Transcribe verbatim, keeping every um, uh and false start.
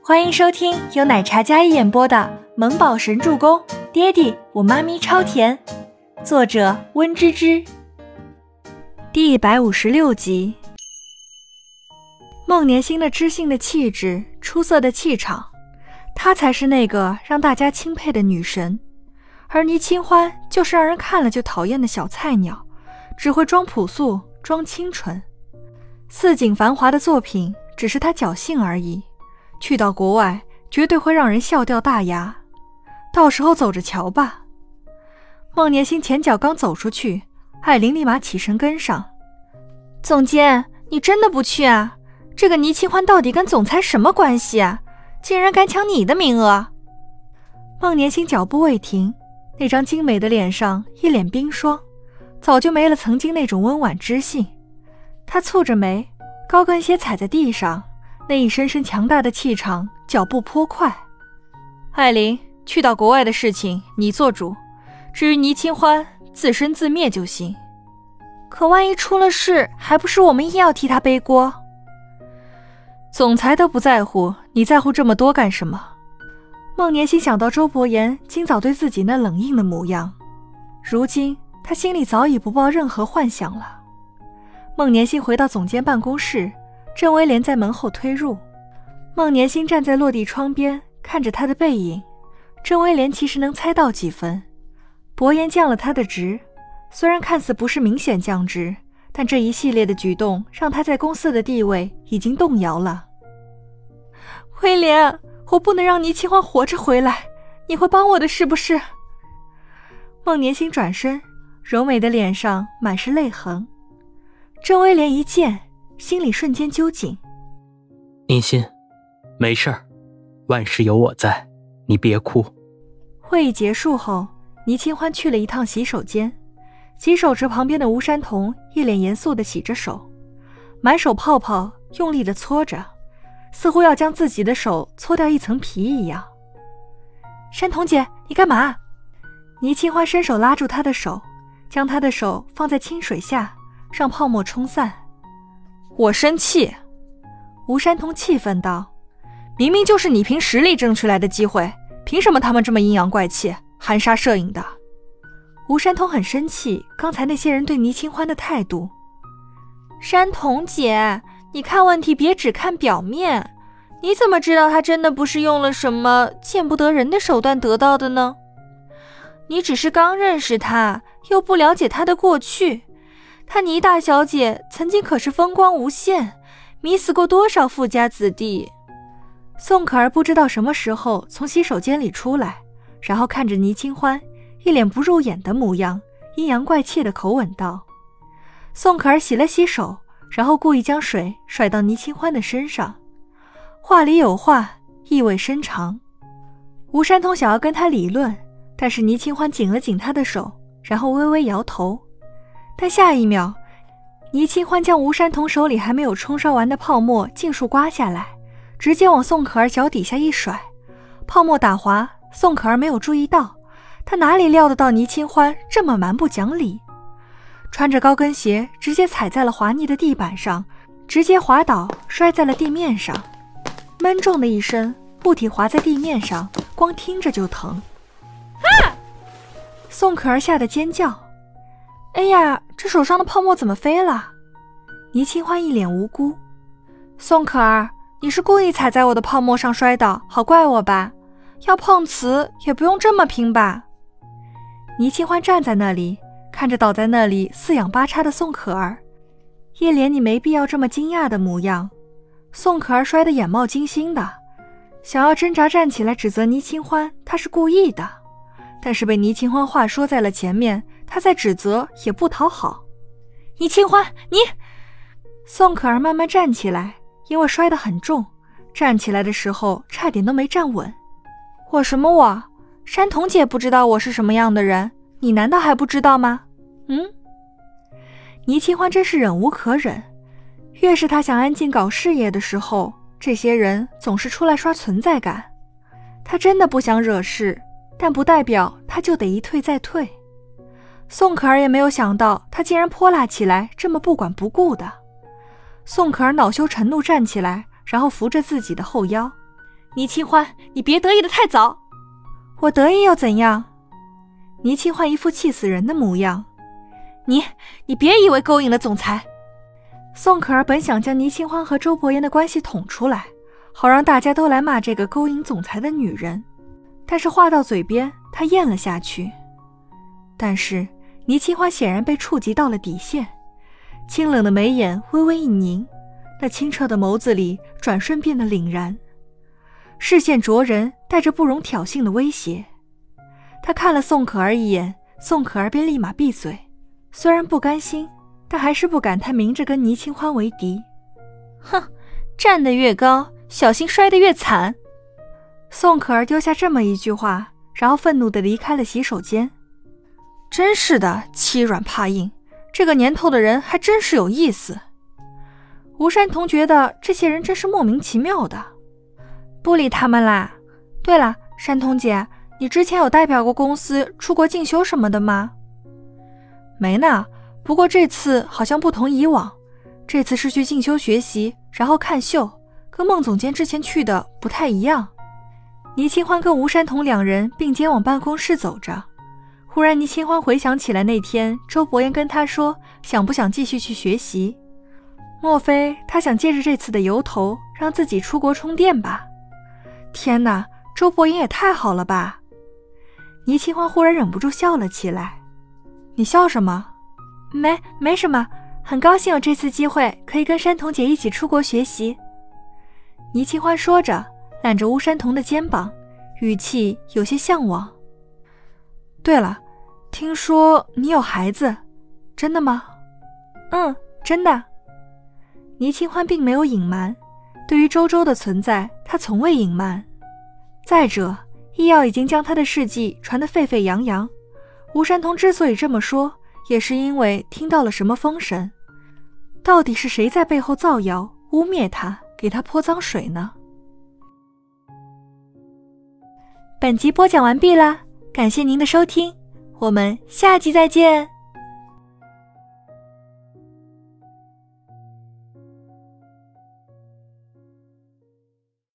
欢迎收听由奶茶嘉一演播的《萌宝神助攻》，爹地我妈咪超甜，作者温芝芝。第一百五十六集。孟年星的知性的气质，出色的气场，她才是那个让大家钦佩的女神，而倪清欢就是让人看了就讨厌的小菜鸟，只会装朴素装清纯。似锦繁华的作品只是她侥幸而已，去到国外绝对会让人笑掉大牙，到时候走着瞧吧。孟年星前脚刚走出去，艾琳立马起身跟上。总监，你真的不去啊？这个倪清欢到底跟总裁什么关系啊？竟然敢抢你的名额！孟年星脚步未停，那张精美的脸上一脸冰霜，早就没了曾经那种温婉知性。她蹙着眉，高跟鞋踩在地上，那一身身强大的气场，脚步颇快。艾琳，去到国外的事情你做主，至于倪清欢，自生自灭就行。可万一出了事，还不是我们硬要替他背锅？总裁都不在乎，你在乎这么多干什么？孟年星想到周伯言今早对自己那冷硬的模样，如今他心里早已不抱任何幻想了。孟年星回到总监办公室，郑威廉在门后推入。孟年星站在落地窗边，看着他的背影。郑威廉其实能猜到几分，伯言降了他的职，虽然看似不是明显降职，但这一系列的举动让他在公司的地位已经动摇了。威廉，我不能让倪清欢活着回来，你会帮我的是不是？孟年星转身，柔美的脸上满是泪痕。郑威廉一见，心里瞬间揪紧。 宁心，没事儿，万事有我在，你别哭。 会议结束后，倪清欢去了一趟洗手间，洗手池旁边的吴山童一脸严肃地洗着手，满手泡泡，用力地搓着，似乎要将自己的手搓掉一层皮一样。山童姐，你干嘛？倪清欢伸手拉住她的手，将她的手放在清水下，让泡沫冲散。我生气。吴山童气愤道，明明就是你凭实力争取来的机会，凭什么他们这么阴阳怪气，含沙射影的？吴山童很生气刚才那些人对倪清欢的态度。山童姐，你看问题别只看表面，你怎么知道他真的不是用了什么见不得人的手段得到的呢？你只是刚认识他，又不了解他的过去。他倪大小姐曾经可是风光无限，迷死过多少富家子弟。宋可儿不知道什么时候从洗手间里出来，然后看着倪清欢一脸不入眼的模样，阴阳怪气的口吻道。宋可儿洗了洗手，然后故意将水甩到倪清欢的身上，话里有话，意味深长。吴山童想要跟他理论，但是倪清欢紧了紧他的手，然后微微摇头。但下一秒，倪清欢将吴山童手里还没有冲刷完的泡沫尽数刮下来，直接往宋可儿脚底下一甩，泡沫打滑，宋可儿没有注意到，她哪里料得到倪清欢这么蛮不讲理，穿着高跟鞋直接踩在了滑腻的地板上，直接滑倒摔在了地面上，闷重的一声，物体滑在地面上，光听着就疼。啊！宋可儿吓得尖叫。哎呀，这手上的泡沫怎么飞了？倪清欢一脸无辜。宋可儿，你是故意踩在我的泡沫上摔倒，好怪我吧？要碰瓷也不用这么拼吧？倪清欢站在那里，看着倒在那里四仰八叉的宋可儿，一脸你没必要这么惊讶的模样。宋可儿摔得眼冒金星的，想要挣扎站起来指责倪清欢她是故意的，但是被倪清欢话说在了前面，她再指责也不讨好。倪清欢，你……宋可儿慢慢站起来，因为摔得很重，站起来的时候差点都没站稳。我什么我？山童姐不知道我是什么样的人，你难道还不知道吗？嗯？倪清欢真是忍无可忍，越是他想安静搞事业的时候，这些人总是出来刷存在感。他真的不想惹事，但不代表他就得一退再退。宋可儿也没有想到他竟然泼辣起来这么不管不顾的。宋可儿恼羞成怒站起来，然后扶着自己的后腰， 倪清欢，你别得意的太早。我得意又怎样？倪清欢一副气死人的模样。你，你别以为勾引了总裁。宋可儿本想将倪清欢和周伯言的关系捅出来，好让大家都来骂这个勾引总裁的女人，但是话到嘴边，她咽了下去。但是倪清欢显然被触及到了底线，清冷的眉眼微微一凝，那清澈的眸子里转瞬变得凛然，视线灼人，带着不容挑衅的威胁。他看了宋可儿一眼，宋可儿便立马闭嘴，虽然不甘心，但还是不敢太明着跟倪清欢为敌。哼，站得越高，小心摔得越惨。宋可儿丢下这么一句话，然后愤怒地离开了洗手间。真是的，欺软怕硬，这个年头的人还真是有意思。吴山童觉得这些人真是莫名其妙的。不理他们啦。对了，山童姐，你之前有代表过公司出国进修什么的吗？没呢，不过这次好像不同以往，这次是去进修学习，然后看秀，跟孟总监之前去的不太一样。倪清欢跟吴山童两人并肩往办公室走着，忽然倪清欢回想起来那天周伯言跟他说想不想继续去学习，莫非他想借着这次的由头让自己出国充电吧？天哪，周伯言也太好了吧！倪清欢忽然忍不住笑了起来。你笑什么？没没什么，很高兴有这次机会可以跟山童姐一起出国学习。倪清欢说着，揽着吴山童的肩膀，语气有些向往。对了，听说你有孩子，真的吗？嗯，真的。倪清欢并没有隐瞒，对于周周的存在，他从未隐瞒。再者，医药已经将他的事迹传得沸沸扬扬，吴山童之所以这么说，也是因为听到了什么风声。到底是谁在背后造谣，污蔑他，给他泼脏水呢？本集播讲完毕啦，感谢您的收听，我们下集再见。